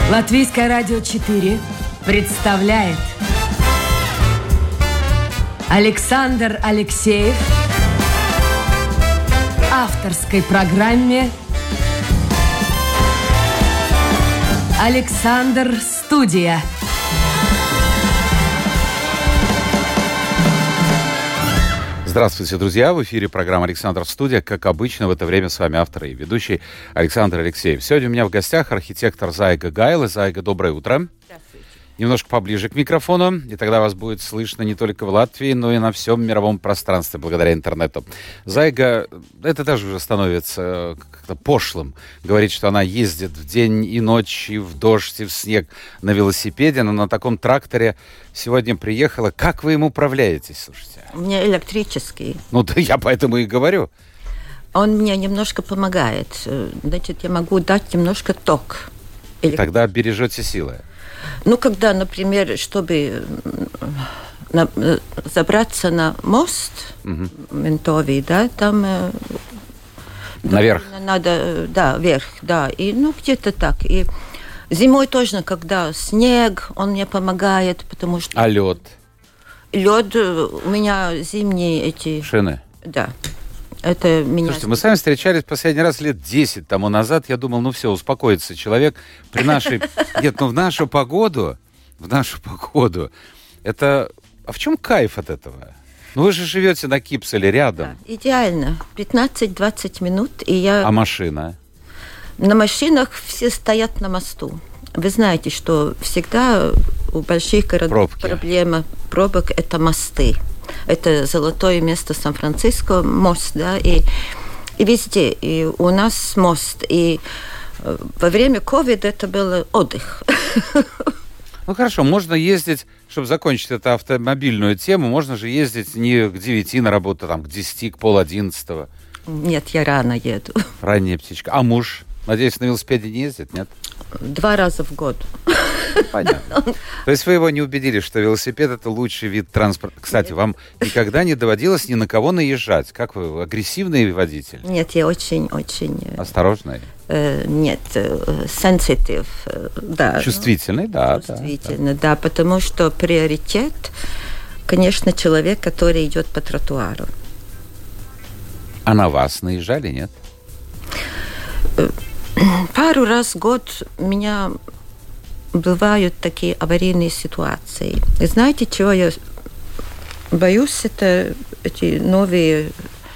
Латвийское радио 4 представляет Александр Алексеев в авторской программе «Александр Студия». Здравствуйте, друзья! В эфире программа «Александр Студия». Как обычно, в это время с вами автор и ведущий Александр Алексеев. Сегодня у меня в гостях архитектор Зайга Гайла. Зайга, доброе утро. Здравствуйте. Немножко поближе к микрофону, и тогда вас будет слышно не только в Латвии, но и на всем мировом пространстве благодаря интернету. Зайга, это даже уже становится как-то пошлым, говорит, что она ездит в день и ночь, и в дождь, и в снег на велосипеде, но на таком тракторе сегодня приехала. Как вы им управляетесь, слушайте? У меня электрический. Ну, да я поэтому и говорю. Он мне немножко помогает. Значит, я могу дать немножко ток. Тогда бережете силы. Ну, когда, например, чтобы забраться на мост Ментовий, да, там... Наверх. Надо, да, вверх, да. И, ну, где-то так. И зимой тоже, когда снег, он мне помогает, потому что... А лед? Лед, у меня зимние эти... Шины? Да. Это меня... Слушайте, мы с вами встречались последний раз лет 10 тому назад. Я думал, ну все, успокоится человек. При нашей... Нет, ну в нашу погоду, это... А в чем кайф от этого? Ну вы же живете на Кипселе рядом. Да, идеально. 15-20 минут, и я... А машина? На машинах все стоят на мосту. Вы знаете, что всегда у больших городов проблема пробок – это мосты. Это золотое место Сан-Франциско, мост, да, и везде. И у нас мост. И во время ковида это был отдых. Ну хорошо, можно ездить, чтобы закончить эту автомобильную тему, можно же ездить не к 9 на работу, там, к 10, к 10:30. Нет, я рано еду. Ранняя птичка. А муж, надеюсь, на велосипеде не ездит, нет? 2 раза в год. Понятно. То есть вы его не убедили, что велосипед – это лучший вид транспорта. Кстати, вам никогда не доводилось ни на кого наезжать? Как вы, агрессивный водитель? Нет, я очень-очень... Осторожный? Нет, sensitive, да. Чувствительный, да. Чувствительный, да, потому что приоритет, конечно, человек, который идет по тротуару. А на вас наезжали, нет? Пару раз в год у меня бывают такие аварийные ситуации. И знаете, чего я боюсь? Это эти новые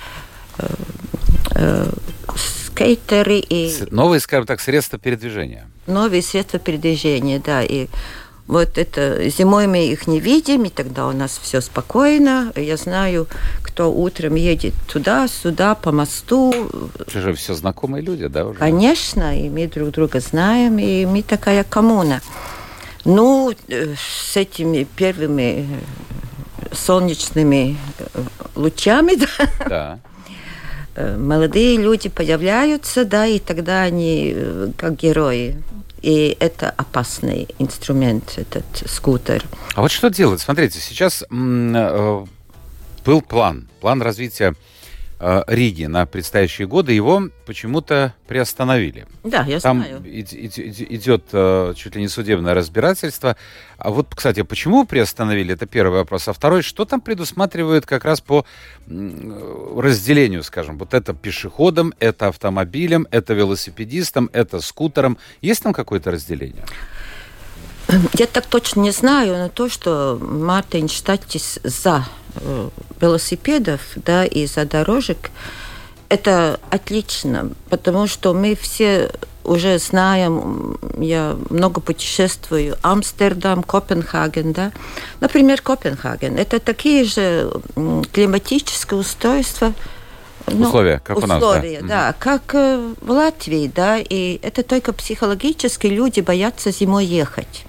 скейтеры и... Новые, скажем так, средства передвижения. Новые средства передвижения, да. И вот это зимой мы их не видим, и тогда у нас все спокойно. Я знаю, кто утром едет туда-сюда по мосту. Это же все знакомые люди, да, уже? Конечно, и мы друг друга знаем, и мы такая коммуна. Ну, с этими первыми солнечными лучами, да. Молодые люди появляются, да, и тогда они как герои. И это опасный инструмент, этот скутер. А вот что делать? Смотрите, сейчас был план развития Риги на предстоящие годы. Его почему-то приостановили. Да, я знаю. Там идет чуть ли не судебное разбирательство. А вот, кстати, почему приостановили? Это первый вопрос. А второй, что там предусматривают как раз по разделению, скажем, вот это пешеходом, это автомобилем, это велосипедистом, это скутером. Есть там какое-то разделение? Я так точно не знаю, но то, что Мартин Штатис за велосипедов, да, и за дорожек, это отлично, потому что мы все уже знаем, я много путешествую, Амстердам, Копенгаген, да. Например, Копенгаген, это такие же климатические устройства, условия, как у нас, да, как в Латвии, да, и это только психологически люди боятся зимой ехать.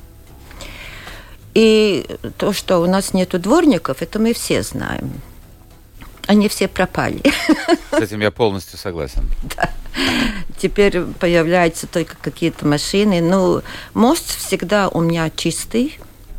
И то, что у нас нету дворников, это мы все знаем. Они все пропали. С этим я полностью согласен. Да. Теперь появляются только какие-то машины. Ну, мост всегда у меня чистый.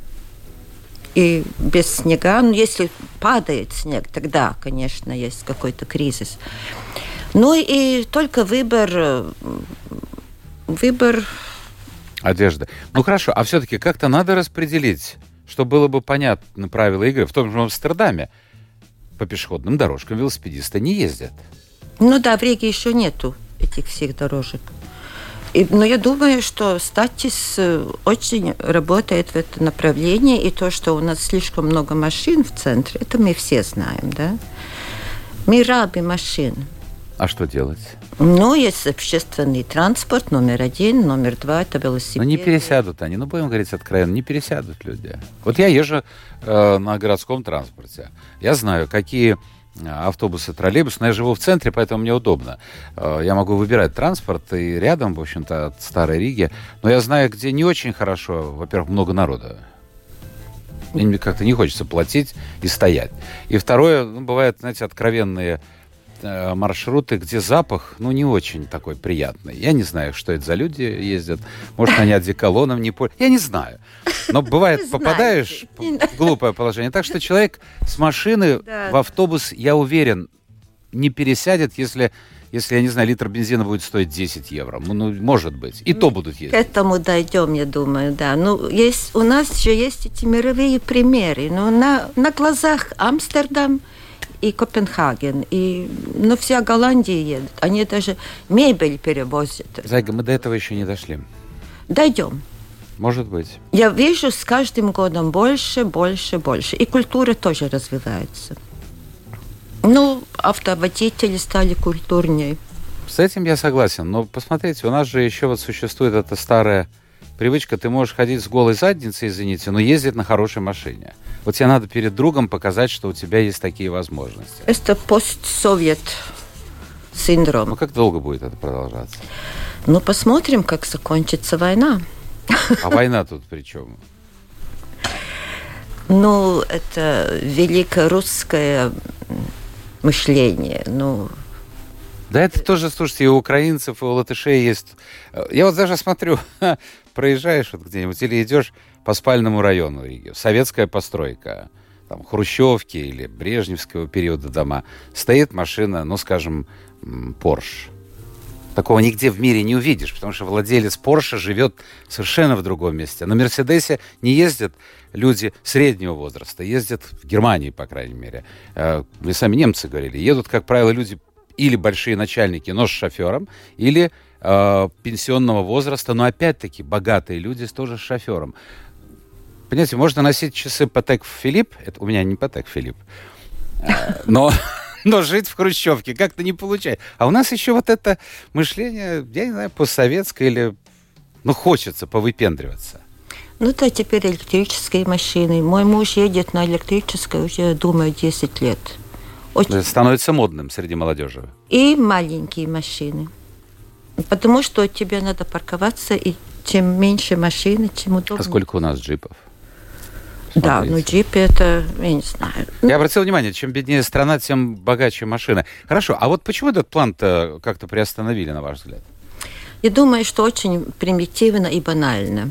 И без снега. Ну, если падает снег, тогда, конечно, есть какой-то кризис. Ну и только выбор Одежда. Ну хорошо, а все-таки как-то надо распределить, чтобы было бы понятно правила игры. В том же Амстердаме по пешеходным дорожкам велосипедисты не ездят. Ну да, в Риге еще нету этих всех дорожек. Но я думаю, что Статис очень работает в этом направлении, и то, что у нас слишком много машин в центре, это мы все знаем, да? Мы рабы машин. А что делать? Ну, есть общественный транспорт, номер 1, номер 2, это велосипед. Ну, не пересядут они, будем говорить откровенно, не пересядут люди. Вот я езжу на городском транспорте. Я знаю, какие автобусы, троллейбусы, но я живу в центре, поэтому мне удобно. Я могу выбирать транспорт, и рядом, в общем-то, от Старой Риги. Но я знаю, где не очень хорошо, во-первых, много народа. Мне как-то не хочется платить и стоять. И второе, бывают, знаете, откровенные маршруты, где запах, не очень такой приятный. Я не знаю, что это за люди ездят. Может, они одеколоном не пользуются. Я не знаю. Но бывает, попадаешь в глупое положение. Так что человек с машины в автобус, я уверен, не пересядет, если, я не знаю, литр бензина будет стоить 10 евро. Может быть. И то будут ездить. К этому дойдем, я думаю, да. У нас же есть эти мировые примеры. На глазах Амстердам и Копенгаген, и вся Голландия едет. Они даже мебель перевозят. Зайга, мы до этого еще не дошли. Дойдем. Может быть. Я вижу с каждым годом больше. И культура тоже развивается. Автоводители стали культурнее. С этим я согласен. Но посмотрите, у нас же еще существует эта старая привычка. Ты можешь ходить с голой задницей, извините, но ездить на хорошей машине. Вот тебе надо перед другом показать, что у тебя есть такие возможности. Это постсовет синдром. Как долго будет это продолжаться? Посмотрим, как закончится война. А война тут при чем? Это великорусское мышление. Да это тоже, слушайте, и у украинцев, и у латышей есть. Я вот даже смотрю, проезжаешь где-нибудь или идешь по спальному району Риги, советская постройка, там, хрущевки или брежневского периода дома, стоит машина, скажем, Porsche. Такого нигде в мире не увидишь, потому что владелец Porsche живет совершенно в другом месте. На Мерседесе не ездят люди среднего возраста, ездят в Германии, по крайней мере. Вы сами немцы говорили, едут, как правило, люди или большие начальники, но с шофером, или пенсионного возраста, но опять-таки богатые люди тоже с шофером. Понимаете, можно носить часы Patek Philippe, это у меня не Patek Philippe, но жить в хрущевке как-то не получается. А у нас еще вот это мышление, я не знаю, постсоветское или, хочется повыпендриваться. Теперь электрические машины. Мой муж едет на электрической уже, думаю, 10 лет. Это становится модным среди молодежи. И маленькие машины. Потому что тебе надо парковаться, и чем меньше машины, тем удобнее. А сколько у нас джипов? Да, джипы это, я не знаю. Я обратил внимание, чем беднее страна, тем богаче машина. Хорошо, а вот почему этот план-то как-то приостановили, на ваш взгляд? Я думаю, что очень примитивно и банально.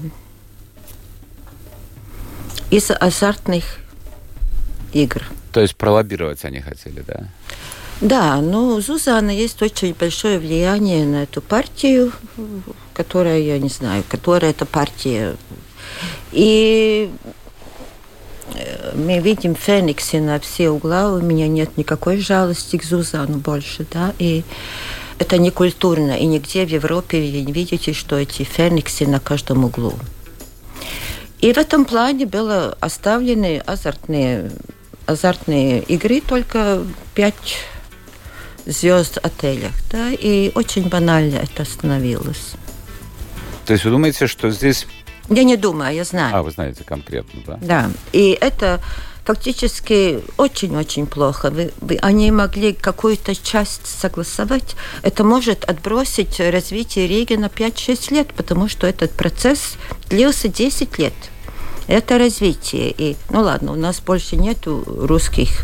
Из-за азартных игр. То есть пролоббировать они хотели, да? Да, у Зузаны есть очень большое влияние на эту партию, которая, я не знаю, которая эта партия. И мы видим фениксы на все угла, у меня нет никакой жалости к Зузану больше, да, и это не культурно, и нигде в Европе вы не видите, что эти фениксы на каждом углу. И в этом плане было оставлены азартные игры, только 5 звезд в отелях, да, и очень банально это становилось. То есть вы думаете, что здесь... Я не думаю, я знаю. Вы знаете конкретно, да? Да, и это фактически очень-очень плохо. Они могли какую-то часть согласовать. Это может отбросить развитие Риги на 5-6 лет, потому что этот процесс длился 10 лет. Это развитие. И, ладно, у нас больше нету русских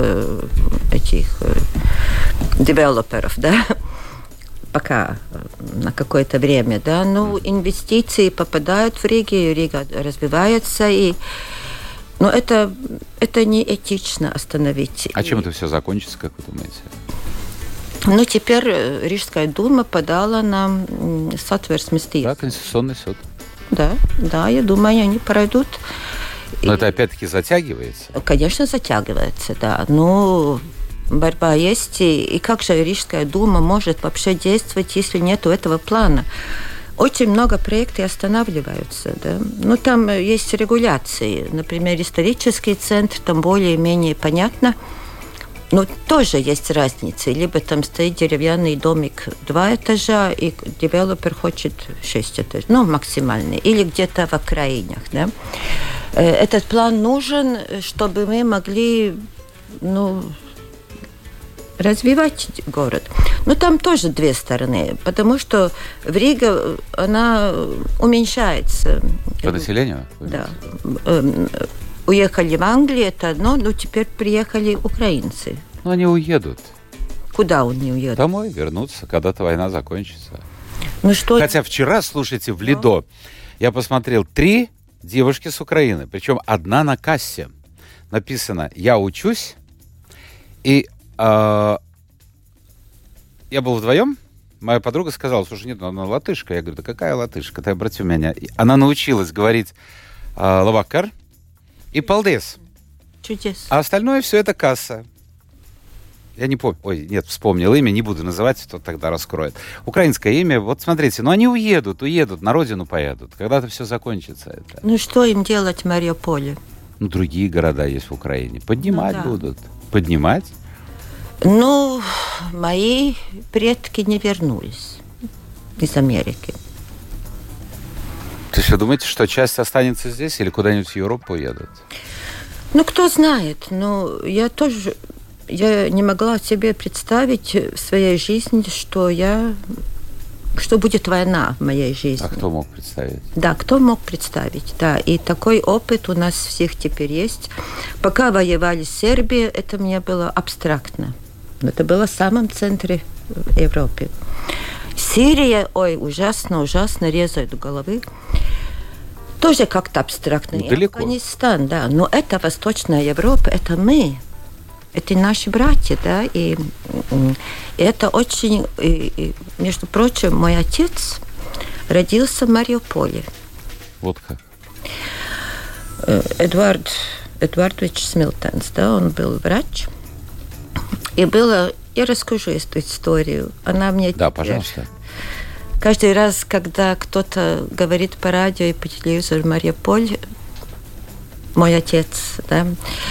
девелоперов, да, пока на какое-то время, да, инвестиции попадают в Ригу, Рига развивается, но это не этично остановить. А чем это все закончится, как вы думаете? Теперь Рижская дума подала на Сатверсmes tiesу. Да, Конституционный суд. я думаю, они пройдут. Но это опять-таки затягивается? Конечно, затягивается, да. Но борьба есть. И как же Рижская дума может вообще действовать, если нет этого плана? Очень много проектов останавливаются. Да? Но там есть регуляции. Например, исторический центр, там более-менее понятно. Но тоже есть разница. Либо там стоит деревянный домик 2 этажа, и девелопер хочет 6 этажей, максимальный. Или где-то в окраинах. Да? Этот план нужен, чтобы мы могли, развивать город. Но там тоже 2 стороны, потому что в Риге она уменьшается. По населению? Да. Уехали в Англию, это одно, но теперь приехали украинцы. Но они уедут. Куда они уедут? Домой вернутся, когда-то война закончится. Что... Хотя вчера, слушайте, в Лидо я посмотрел 3 девушки с Украины, причем одна на кассе. Написано «Я учусь», и я был вдвоем. Моя подруга сказала: слушай, нет, она латышка. Я говорю: да какая латышка? Ты обрати меня. Она научилась говорить «лавакар» и «палдес». Чудесно. А остальное все это касса. Я не помню. Ой, нет, вспомнил имя, не буду называть, то тогда раскроет. Украинское имя. Вот смотрите, они уедут, на родину поедут. Когда-то все закончится это. Что им делать в Мариуполе? Другие города есть в Украине. Поднимать будут. Поднимать. Мои предки не вернулись из Америки. То есть вы думаете, что часть останется здесь или куда-нибудь в Европу уедут? Кто знает. Я не могла себе представить в своей жизни, что будет война в моей жизни. А кто мог представить? Да, кто мог представить, да. И такой опыт у нас всех теперь есть. Пока воевали с Сербией, это мне было абстрактно. Это было в самом центре Европы. Сирия, ужасно, резают головы. Тоже как-то абстрактно. Далеко. Афганистан, да. Но это Восточная Европа, это мы. Это наши братья, да. И это очень... между прочим, мой отец родился в Мариуполе. Вот как? Эдуардович Смилтенс, да, он был врач. И я расскажу эту историю. Она мне... Да, пожалуйста. Каждый раз, когда кто-то говорит по радио и по телевизору Мариуполь, мой отец, да,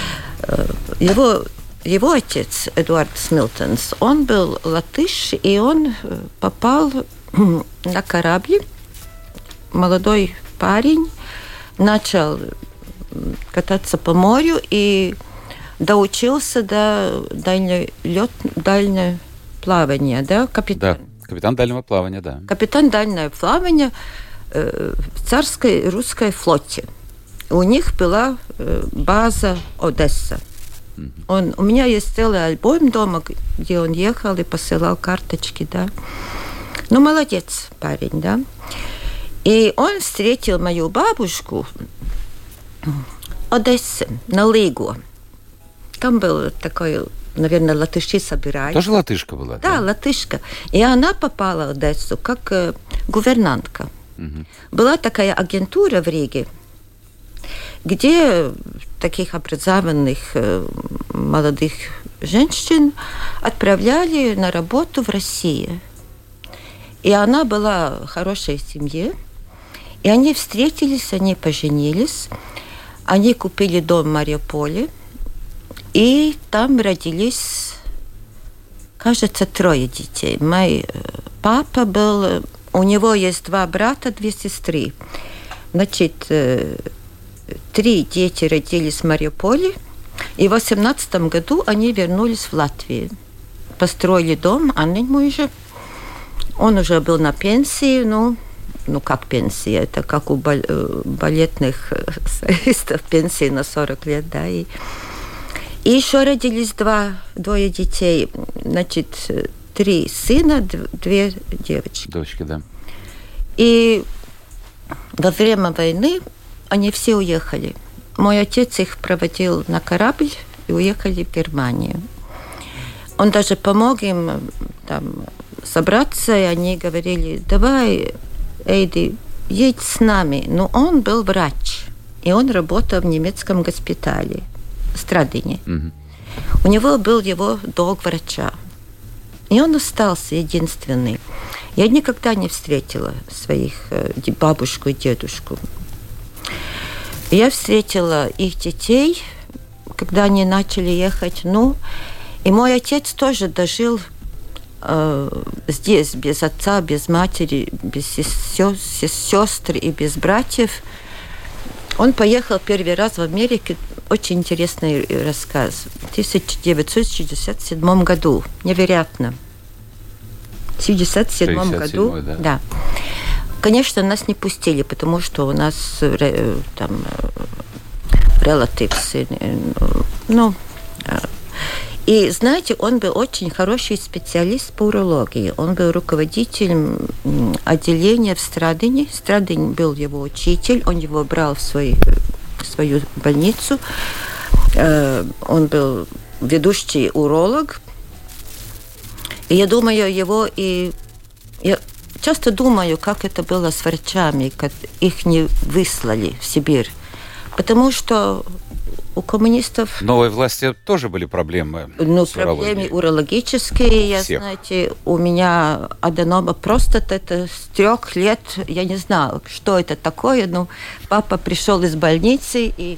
его отец, Эдуард Смилтенс, он был латыш, и он попал на корабль. Молодой парень начал кататься по морю и доучился до дальнего плавания, да, капитан? Да, капитан дальнего плавания, да. Капитан дальнего плавания в царской русской флоте. У них была база Одесса. У меня есть целый альбом дома, где он ехал и посылал карточки, да. Молодец парень, да. И он встретил мою бабушку в Одессе, на Лигу. Там был такой, наверное, латыши собирали. Тоже латышка была? Да, латышка. И она попала в Одессу как гувернантка. Угу. Была такая агентура в Риге, где таких образованных молодых женщин отправляли на работу в Россию. И она была в хорошей семье. И они встретились, они поженились. Они купили дом в Мариуполе. И там родились, кажется, 3 детей. Мой папа был... У него есть 2 брата, 2 сестры. Значит, 3 дети родились в Мариуполе. И в 18 году они вернулись в Латвию. Построили дом, Анны мужа. Он уже был на пенсии, как пенсия, это как у балетных солистов, пенсии на 40 лет, да. И еще родились 2 детей, значит, 3 сына, 2 девочки. Дочки, да. И во время войны они все уехали. Мой отец их проводил на корабль и уехали в Германию. Он даже помог им там собраться, и они говорили: давай, Эйди, едь с нами. Но он был врач, и он работал в немецком госпитале в Страдине. У него был его долг врача. И он остался единственный. Я никогда не встретила своих бабушку и дедушку. Я встретила их детей, когда они начали ехать. И мой отец тоже дожил здесь, без отца, без матери, без сестер и без братьев. Он поехал первый раз в Америку. Очень интересный рассказ. В 1967 году. Невероятно. В 1967 году. Да. Конечно, нас не пустили, потому что у нас там relatives. И, знаете, он был очень хороший специалист по урологии. Он был руководителем отделения в Страдине. Страдин был его учитель, он его брал в свою больницу. Он был ведущий уролог. И я думаю, я часто думаю, как это было с врачами, как их не выслали в Сибирь. Потому что у коммунистов... Новой власти тоже были проблемы с проблемы урологические. Знаете, у меня аденома простаты, это с 3 лет, я не знала, что это такое, но папа пришел из больницы, и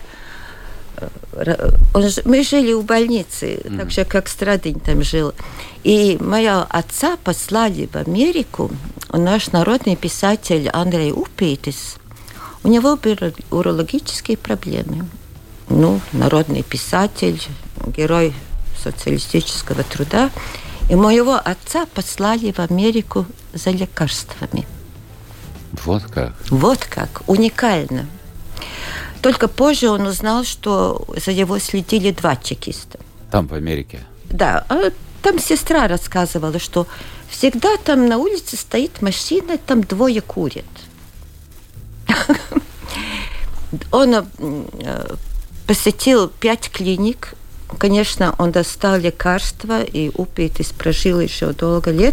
мы жили в больнице, так же, как Страдин там жил. И моего отца послали в Америку, наш народный писатель Андрей Упейтис. У него были урологические проблемы. Народный писатель, герой социалистического труда. И моего отца послали в Америку за лекарствами. Вот как? Вот как. Уникально. Только позже он узнал, что за него следили 2 чекиста. Там, в Америке? Да. Там сестра рассказывала, что всегда там на улице стоит машина, там 2 курят. Он посетил 5 клиник. Конечно, он достал лекарства, и Упейтис прожил еще долго лет.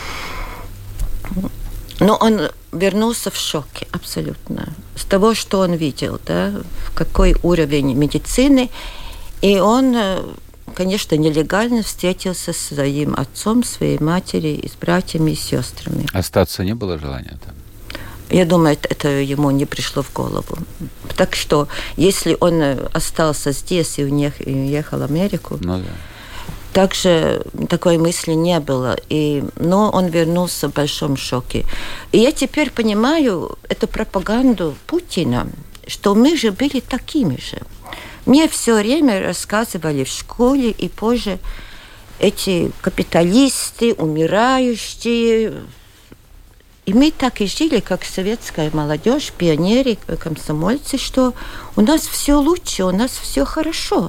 Но он вернулся в шоке абсолютно. С того, что он видел, в какой уровень медицины. И он, конечно, нелегально встретился со своим отцом, своей матерью, и с братьями и сестрами. Остаться не было желания там? Я думаю, это ему не пришло в голову. Так что, если он остался здесь и уехал в Америку, также такой мысли не было. Но он вернулся в большом шоке. И я теперь понимаю эту пропаганду Путина, что мы же были такими же. Мне все время рассказывали в школе и позже эти капиталисты, умирающие. И мы так и жили, как советская молодежь, пионеры, комсомольцы, что у нас все лучше, у нас все хорошо.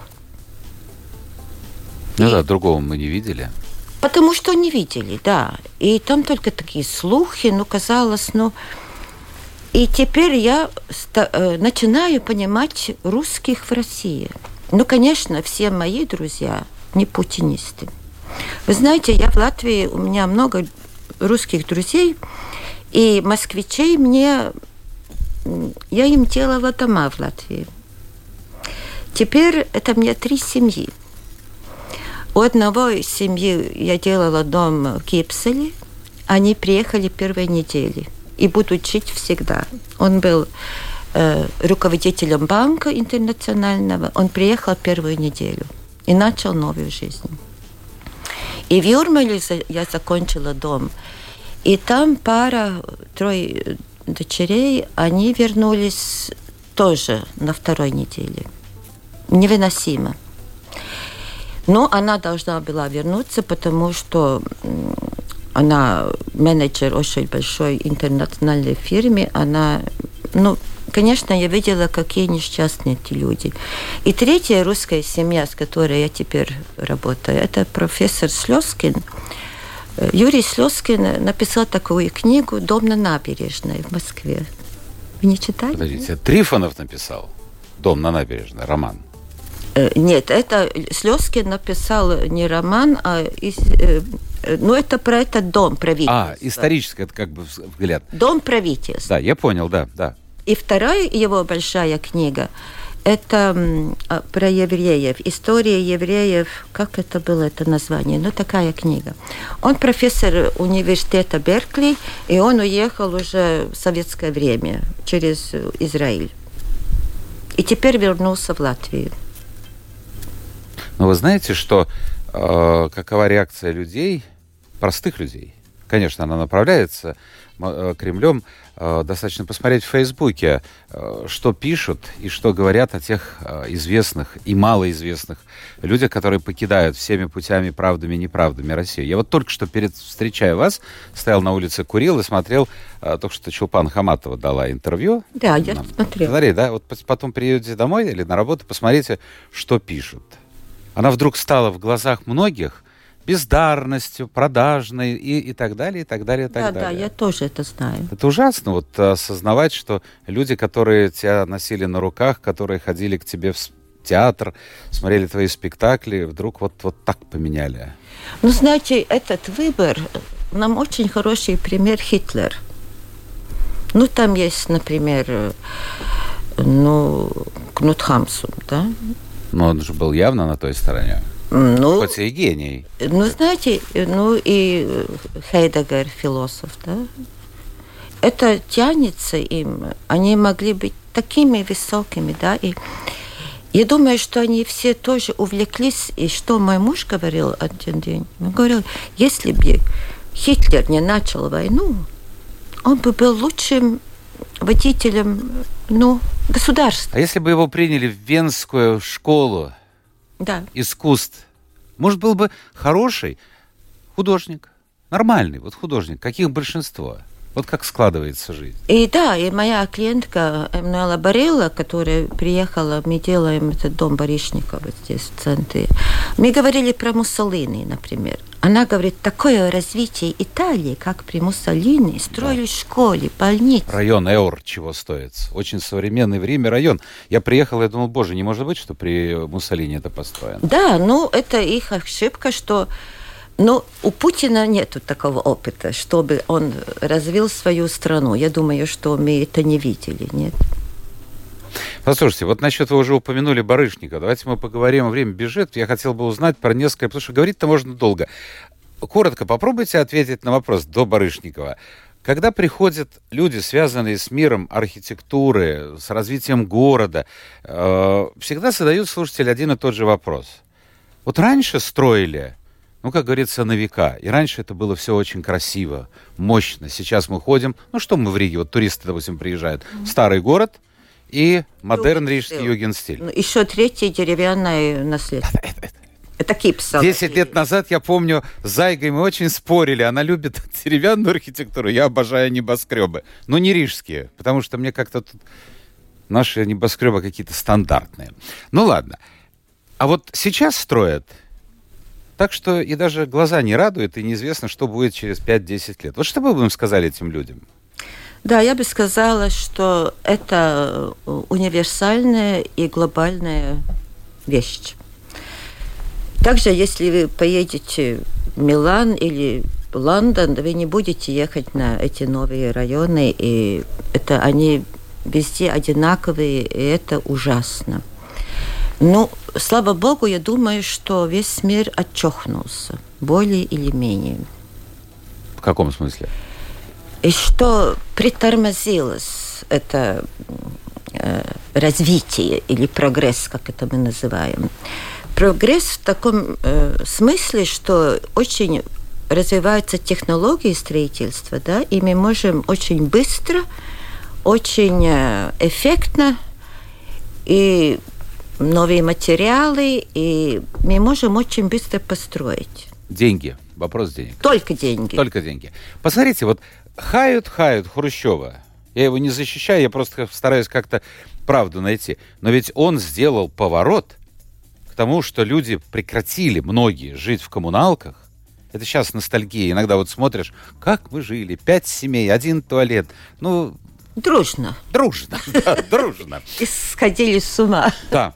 Другого мы не видели. Потому что не видели, да. И там только такие слухи, казалось, И теперь я начинаю понимать русских в России. Конечно, все мои друзья не путинисты. Вы знаете, я в Латвии, у меня много русских друзей, и москвичей я им делала дома в Латвии. Теперь это мне 3 семьи. У одного семьи я делала дом в Кипселе. Они приехали 1 недели и будут жить всегда. Он был руководителем банка интернационального. Он приехал 1 неделю и начал новую жизнь. И в Юрмале я закончила дом. И там 3 дочерей, они вернулись тоже на 2 неделе. Невыносимо. Но она должна была вернуться, потому что она менеджер очень большой интернациональной фирмы. Она, конечно, я видела, какие несчастные эти люди. И 3 русская семья, с которой я теперь работаю, это профессор Слезкин. Юрий Слезкин написал такую книгу «Дом на набережной» в Москве. Вы не читали? Подождите, Трифонов написал «Дом на набережной», роман? Нет, это Слезкин написал не роман, это про этот дом правительства. Исторический, это как бы взгляд. Дом правительства. Да, я понял, да. И вторая его большая книга, это про евреев. История евреев, как это было, это название? Такая книга. Он профессор университета Беркли, и он уехал уже в советское время через Израиль. И теперь вернулся в Латвию. Но вы знаете, что какова реакция людей, простых людей? Конечно, она направляется Кремлем. Достаточно посмотреть в Фейсбуке, что пишут и что говорят о тех известных и малоизвестных людях, которые покидают всеми путями, правдами и неправдами Россию. Я вот только что встречая вас, стоял на улице, курил и смотрел, только что Чулпан Хаматова дала интервью. Да, я смотрела. Смотри, да, вот потом приедете домой или на работу, посмотрите, что пишут. Она вдруг стала в глазах многих бездарностью, продажной и так далее, и так далее, и так далее. Да, я тоже это знаю. Это ужасно, вот осознавать, что люди, которые тебя носили на руках, которые ходили к тебе в театр, смотрели твои спектакли, вдруг вот так поменяли. Знаете, этот выбор, нам очень хороший пример Гитлер. Там есть, например, Кнут Хамсун, да? Но он же был явно на той стороне. Хоть и гений. Знаете, и Хайдеггер, философ, да? Это тянется им. Они могли быть такими высокими, да? И я думаю, что они все тоже увлеклись. И что мой муж говорил один день? Он говорил, если бы Гитлер не начал войну, он бы был лучшим водителем, государства. А если бы его приняли в Венскую школу искусств, может, был бы хороший художник, нормальный художник, каких большинство. Вот как складывается жизнь. И моя клиентка Эммануэла Барелла, которая приехала, мы делаем этот дом Барышникова здесь, в центре. Мы говорили про Муссолини, например. Она говорит, такое развитие Италии, как при Муссолини, строили школы, больницы. Район Эур чего стоит. Очень современный в Риме район. Я приехал и думал, боже, не может быть, что при Муссолини это построено. Да, это их ошибка, что... у Путина нет такого опыта, чтобы он развил свою страну. Я думаю, что мы это не видели, нет? Послушайте, вот насчет вы уже упомянули Барышникова. Давайте мы поговорим, время бежит. Я хотел бы узнать про несколько, потому что говорить-то можно долго. Коротко попробуйте ответить на вопрос до Барышникова. Когда приходят люди, связанные с миром архитектуры, с развитием города, всегда задают слушателю один и тот же вопрос. Вот раньше строили... как говорится, на века. И раньше это было все очень красиво, мощно. Сейчас мы ходим... что мы в Риге? Вот туристы, допустим, приезжают. Старый город и модерн рижский югенстиль. Еще третье деревянное наследство. Это Кипса. 10 лет назад, я помню, с Зайгой мы очень спорили. Она любит деревянную архитектуру. Я обожаю небоскребы. Но не рижские, потому что мне как-то тут наши небоскребы какие-то стандартные. Ладно. А вот сейчас строят... Так что и даже глаза не радуют, и неизвестно, что будет через 5-10 лет. Вот что бы вы им сказали этим людям? Да, я бы сказала, что это универсальная и глобальная вещь. Также, если вы поедете в Милан или в Лондон, вы не будете ехать на эти новые районы, и они везде одинаковые, и это ужасно. Слава Богу, я думаю, что весь мир отчохнулся, более или менее. В каком смысле? И что притормозилось это развитие или прогресс, как это мы называем. Прогресс в таком смысле, что очень развиваются технологии строительства, да, и мы можем очень быстро, очень эффектно и новые материалы, и мы можем очень быстро построить. Деньги. Вопрос денег. Только деньги. Только деньги. Посмотрите, вот хают Хрущева. Я его не защищаю, я просто стараюсь как-то правду найти. Но ведь он сделал поворот к тому, что люди прекратили, многие, жить в коммуналках. Это сейчас ностальгия. Иногда вот смотришь, как мы жили, 5 семей, 1 туалет. Дружно. Дружно, да, дружно. И сходили с ума. Да.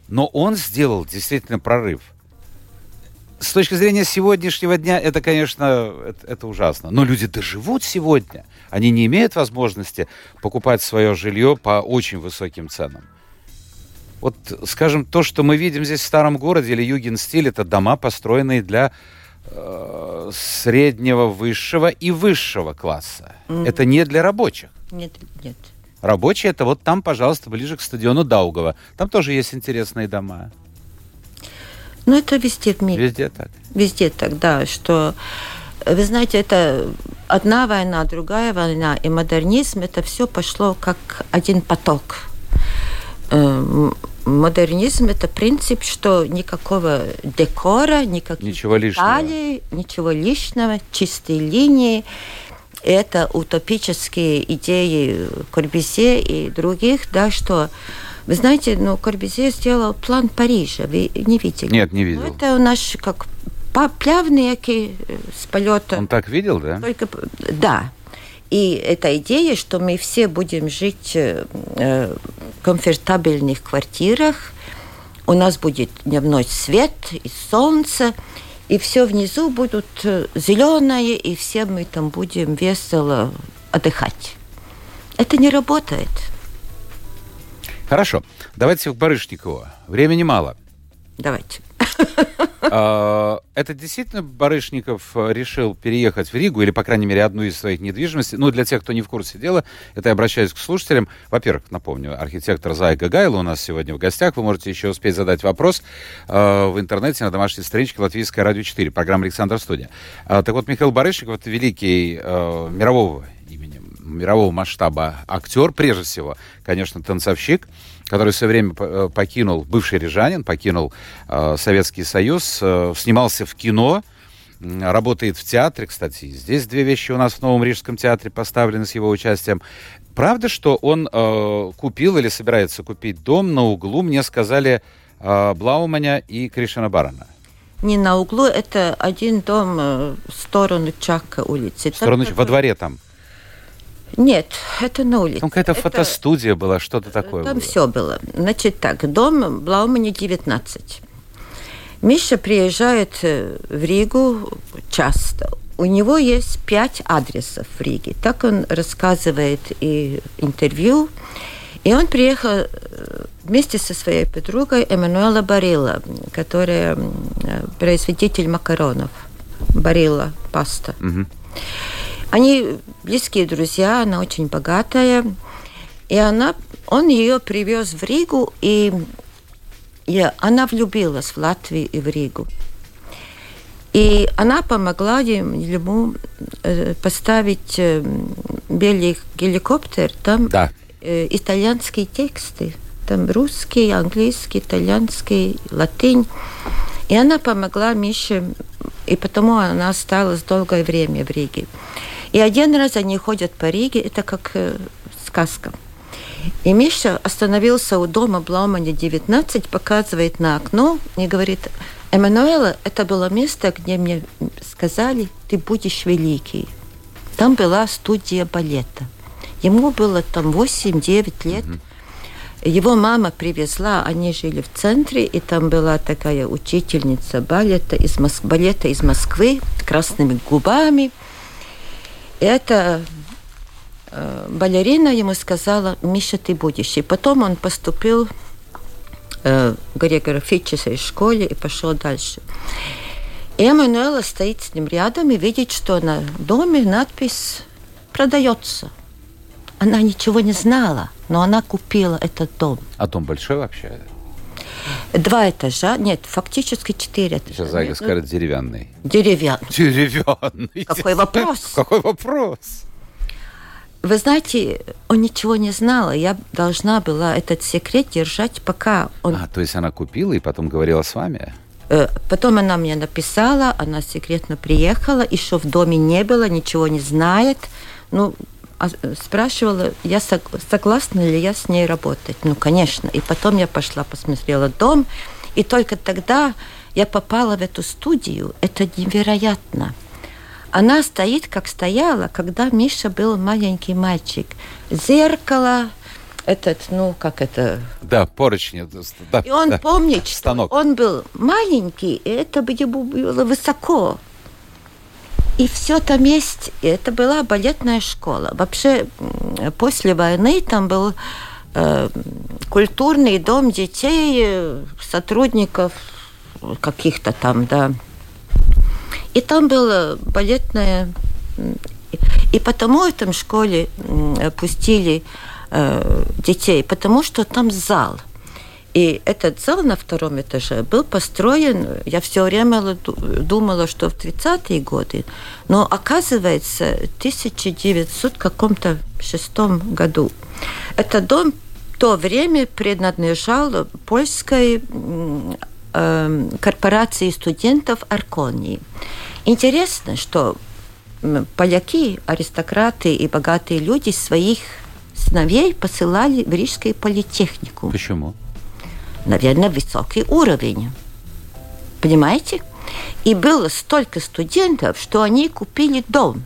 Но он сделал действительно прорыв. С точки зрения сегодняшнего дня, это, конечно, это ужасно. Но люди доживут сегодня. Они не имеют возможности покупать свое жилье по очень высоким ценам. Вот, скажем, то, что мы видим здесь в старом городе, или югенстиль, это дома, построенные для среднего, высшего и высшего класса. Это не для рабочих. Нет. Рабочие, это вот там, пожалуйста, ближе к стадиону Даугава. Там тоже есть интересные дома. Ну, это везде в мире. Везде так. Везде так, да, что... Вы знаете, это одна война, другая война, и модернизм, это все пошло как один поток. Модернизм – это принцип, что никакого декора, никаких деталей, ничего лишнего, чистые линии. Это утопические идеи Корбюзье и других, да, что... Вы знаете, Корбюзье сделал план Парижа. Вы не видели? Нет, не видел. Это у нас как плавные с полета. Он так видел, да? Да. И эта идея, что мы все будем жить в комфортабельных квартирах, у нас будет дневной свет и солнце, и все внизу будут зеленое, и все мы там будем весело отдыхать. Это не работает. Хорошо. Давайте к Барышникову. Времени мало. Давайте. Это действительно Барышников решил переехать в Ригу, или, по крайней мере, одну из своих недвижимостей? Ну, для тех, кто не в курсе дела, это я обращаюсь к слушателям. Во-первых, напомню, архитектор Зайга Гайла у нас сегодня в гостях. Вы можете еще успеть задать вопрос в интернете на домашней страничке Латвийское радио 4, программа «Александр Студия». Так вот, Михаил Барышников – это великий мирового масштаба актер, прежде всего, конечно, танцовщик, который в свое время покинул, бывший рижанин, покинул Советский Союз, снимался в кино, работает в театре, кстати. Здесь две вещи у нас в Новом Рижском театре поставлены с его участием. Правда, что он купил или собирается купить дом на углу, мне сказали, Блауманя и Кришана Барана? Не на углу, это один дом в сторону Чака улицы. В сторону, во дворе там? Нет, это на улице. Там какая-то фотостудия была, что-то такое там было. все было. Значит так, дом Блауманя 19. Миша приезжает в Ригу часто. У него есть 5 адресов в Риге. Так он рассказывает и интервью. И он приехал вместе со своей подругой Эммануэла Барилла, которая производитель макаронов. Барилла паста. Угу. Они близкие друзья, она очень богатая. И он ее привез в Ригу, и она влюбилась в Латвию и в Ригу. И она помогла ему поставить белый геликоптер. Там итальянские тексты. Там русский, английский, итальянский, латынь. И она помогла Мише, и потому она осталась долгое время в Риге. И один раз они ходят по Риге, это как сказка. И Миша остановился у дома Блауманя 19, показывает на окно и говорит: Эммануэла, это было место, где мне сказали, ты будешь великий. Там была студия балета. Ему было там 8-9 лет. Его мама привезла, они жили в центре, и там была такая учительница балета из Москвы с красными губами. И эта балерина ему сказала: Миша, ты будешь. И потом он поступил в хореографической школе и пошел дальше. И Эммануэла стоит с ним рядом и видит, что на доме надпись «Продается». Она ничего не знала, но она купила этот дом. А дом большой вообще? 2 этажа. Нет, фактически 4 этажа. Сейчас Зайга скажет деревянный. Деревянный. Какой вопрос? Какой вопрос? Вы знаете, он ничего не знал. Я должна была этот секрет держать, пока он... То есть она купила и потом говорила с вами? Потом она мне написала, она секретно приехала, еще в доме не было, ничего не знает. Спрашивала, я согласна ли я с ней работать. Конечно. И потом я пошла, посмотрела дом, и только тогда я попала в эту студию. Это невероятно. Она стоит, как стояла, когда Миша был маленький мальчик. Зеркало, Да, поручни. Да, и он помнит, станок. Что он был маленький, и это было высоко. И все там есть. И это была балетная школа. Вообще, после войны там был культурный дом детей, сотрудников каких-то там, да. И там была балетная... И потому в этом школе пустили детей, потому что там зал. И этот зал на втором этаже был построен, я все время думала, что в 30-е годы, но оказывается, в 1906 году. Этот дом в то время принадлежал польской корпорации студентов Арконии. Интересно, что поляки, аристократы и богатые люди своих сыновей посылали в Рижскую политехнику. Почему? Наверное, высокий уровень. Понимаете? И было столько студентов, что они купили дом.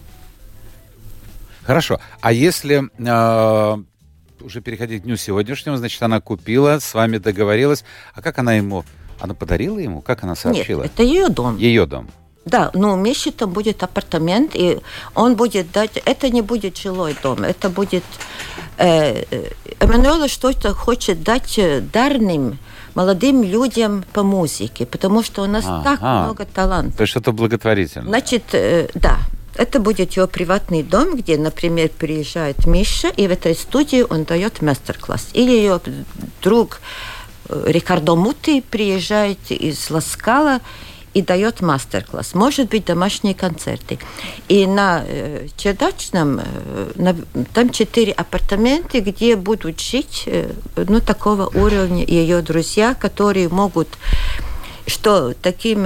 Хорошо. А если уже переходить к дню сегодняшнему, значит, она купила, с вами договорилась. А как она ему... Она подарила ему? Как она сообщила? Нет, это ее дом. Ее дом. Да, но вместе там будет апартамент, и он будет дать... Это не будет жилой дом, это будет... Эммануэла что-то хочет дать дарным молодым людям по музыке, потому что у нас так много талантов. То есть что-то благотворительное. Значит, да. Это будет его приватный дом, где, например, приезжает Миша, и в этой студии он дает мастер-класс. Или ее друг Рикардо Мути приезжает из Ласкала и дает мастер-класс. Может быть, домашние концерты. И на чердачном там 4 апартамента, где будут жить такого уровня ее друзья, которые могут, что таким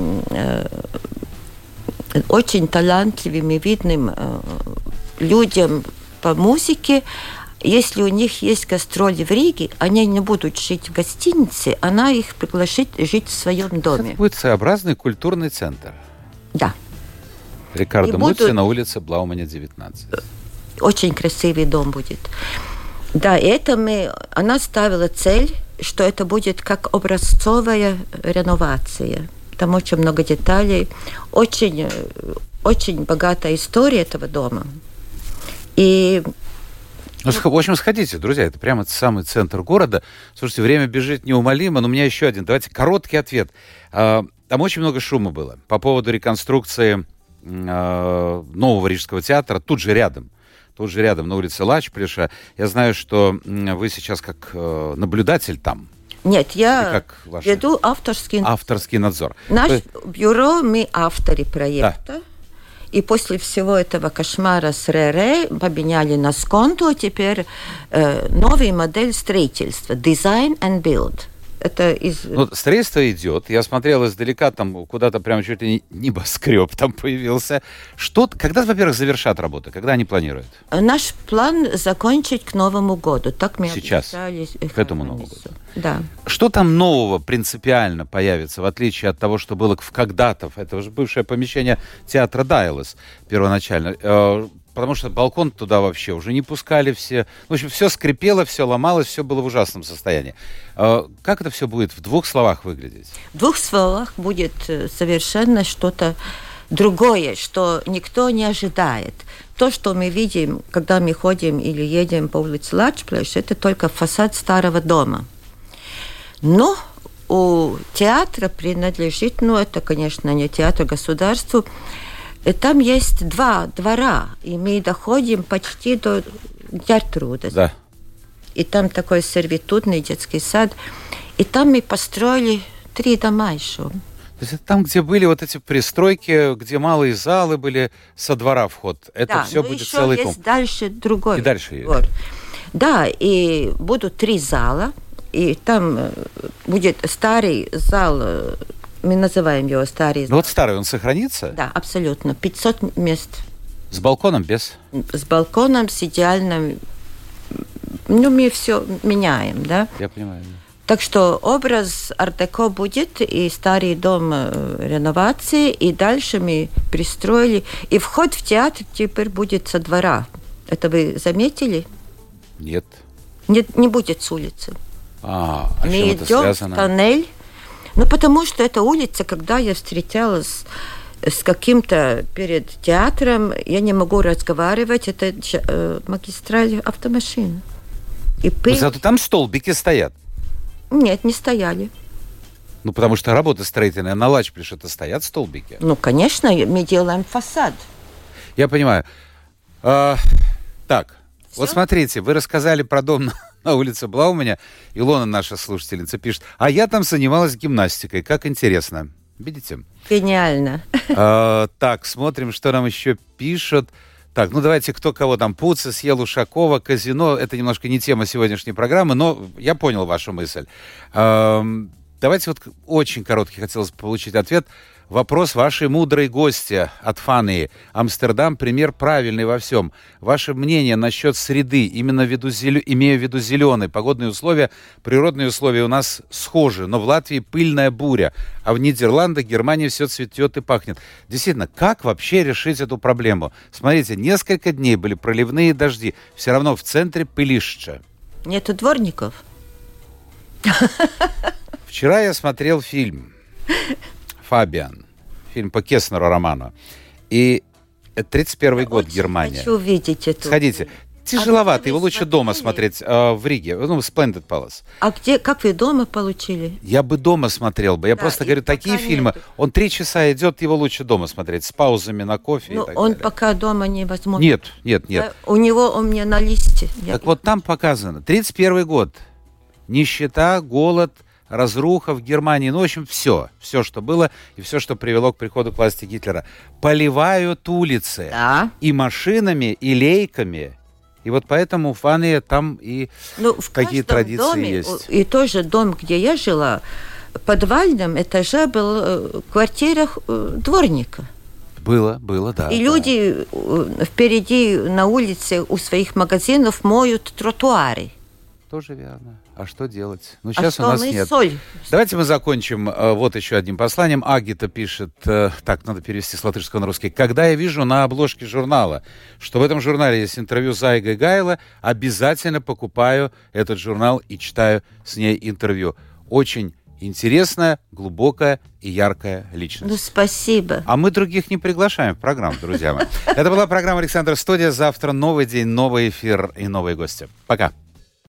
очень талантливым и видным людям по музыке, если у них есть гастроли в Риге, они не будут жить в гостинице, она их пригласит жить в своем доме. Это будет своеобразный культурный центр. Да. Рикардо Мути на улице Блауманя, 19. Очень красивый дом будет. Да, и это она ставила цель, что это будет как образцовая реновация. Там очень много деталей. Очень, очень богатая история этого дома. И... В общем, сходите, друзья, это прямо самый центр города. Слушайте, время бежит неумолимо, но у меня еще один. Давайте короткий ответ. Там очень много шума было по поводу реконструкции нового Рижского театра тут же рядом, на улице Лачплеша. Я знаю, что вы сейчас как наблюдатель там. Нет, я веду авторский надзор. Наше бюро, мы авторы проекта. Да. И после всего этого кошмара с РР поменяли на Сконто, теперь новая модель строительства. Design and Build. Это строительство идет. Я смотрел издалека, там куда-то прямо чуть ли не небоскреб там появился. Когда, во-первых, завершат работы? Когда они планируют? Наш план закончить к Новому году. Так мы сейчас, к этому Новому году. Да. Что там нового принципиально появится, в отличие от того, что было когда-то? Это уже бывшее помещение театра Дайлас первоначально. Потому что балкон туда вообще уже не пускали все. В общем, все скрипело, все ломалось, все было в ужасном состоянии. Как это все будет в 2 словах выглядеть? В 2 словах будет совершенно что-то другое, что никто не ожидает. То, что мы видим, когда мы ходим или едем по улице Лачплеш, это только фасад старого дома. Но у театра принадлежит, это, конечно, не театр государству, там есть 2 двора, и мы доходим почти до Гертруда. Да. И там такой сервитутный детский сад. И там мы построили 3 дома еще. То есть это там, где были вот эти пристройки, где малые залы были, со двора вход. Это все будет целый комплекс. Есть дальше другой. И дальше двор. Есть. Да, и будут 3 зала. И там будет старый зал... Мы называем его старый зал. Ну вот старый, он сохранится? Да, абсолютно. 500 мест. С балконом, без? С балконом, с идеальным... мы все меняем, да? Я понимаю. Так что образ ар-деко будет, и старый дом реновации, и дальше мы пристроили. И вход в театр теперь будет со двора. Это вы заметили? Нет. Не будет с улицы. А Мы чем это идем связано? в тоннель. Потому что эта улица, когда я встречалась с каким-то перед театром, я не могу разговаривать, это магистраль автомашин. И пыль... Зато там столбики стоят. Нет, не стояли. Потому что работа строительная, на Лачплиш это стоят столбики. Конечно, мы делаем фасад. Я понимаю. Так, вот смотрите, вы рассказали про дом на улице Блауменя. Илона, наша слушательница, пишет, а я там занималась гимнастикой. Как интересно. Видите? Гениально. Так, смотрим, что нам еще пишут. Так, давайте, кто кого там. Пуца, съел Ушакова, казино. Это немножко не тема сегодняшней программы, но я понял вашу мысль. Давайте очень короткий хотелось бы получить ответ. Вопрос вашей мудрой гости от Фании. Амстердам пример правильный во всем. Ваше мнение насчет среды, именно имея в виду зеленые погодные условия, природные условия у нас схожи, но в Латвии пыльная буря, а в Нидерландах, Германии все цветет и пахнет. Действительно, как вообще решить эту проблему? Смотрите, несколько дней были проливные дожди, все равно в центре пылище. Нету дворников? Вчера я смотрел фильм «Фабиан», фильм по Кеснеру роману. И это 31-й год, Германия. Хочу увидеть это. Сходите. Тяжеловато, его лучше дома смотреть в Риге, в Splendid Palace. А как вы дома получили? Я бы дома смотрел бы. Я просто говорю, такие фильмы, он 3 часа идет, его лучше дома смотреть, с паузами на кофе и так он далее. пока дома невозможно. Нет. У меня на листе. Так вот там показано, 31-й год, нищета, голод, разруха в Германии, в общем, все, что было и все, что привело к приходу к власти Гитлера. Поливают улицы и машинами, и лейками. И вот поэтому в Фании там и такие традиции доме, есть. И тоже дом, где я жила, в подвальном этаже был квартира дворника. Было, да. И люди впереди на улице у своих магазинов моют тротуары. Тоже верно. А что делать? Сейчас у что нас мы нет. соль? Давайте мы закончим вот еще одним посланием. Агита пишет, так, надо перевести с латышского на русский. Когда я вижу на обложке журнала, что в этом журнале есть интервью Зайга Гайла, обязательно покупаю этот журнал и читаю с ней интервью. Очень интересная, глубокая и яркая личность. Спасибо. А мы других не приглашаем в программу, друзья мои. Это была программа «Александр Студия». Завтра новый день, новый эфир и новые гости. Пока.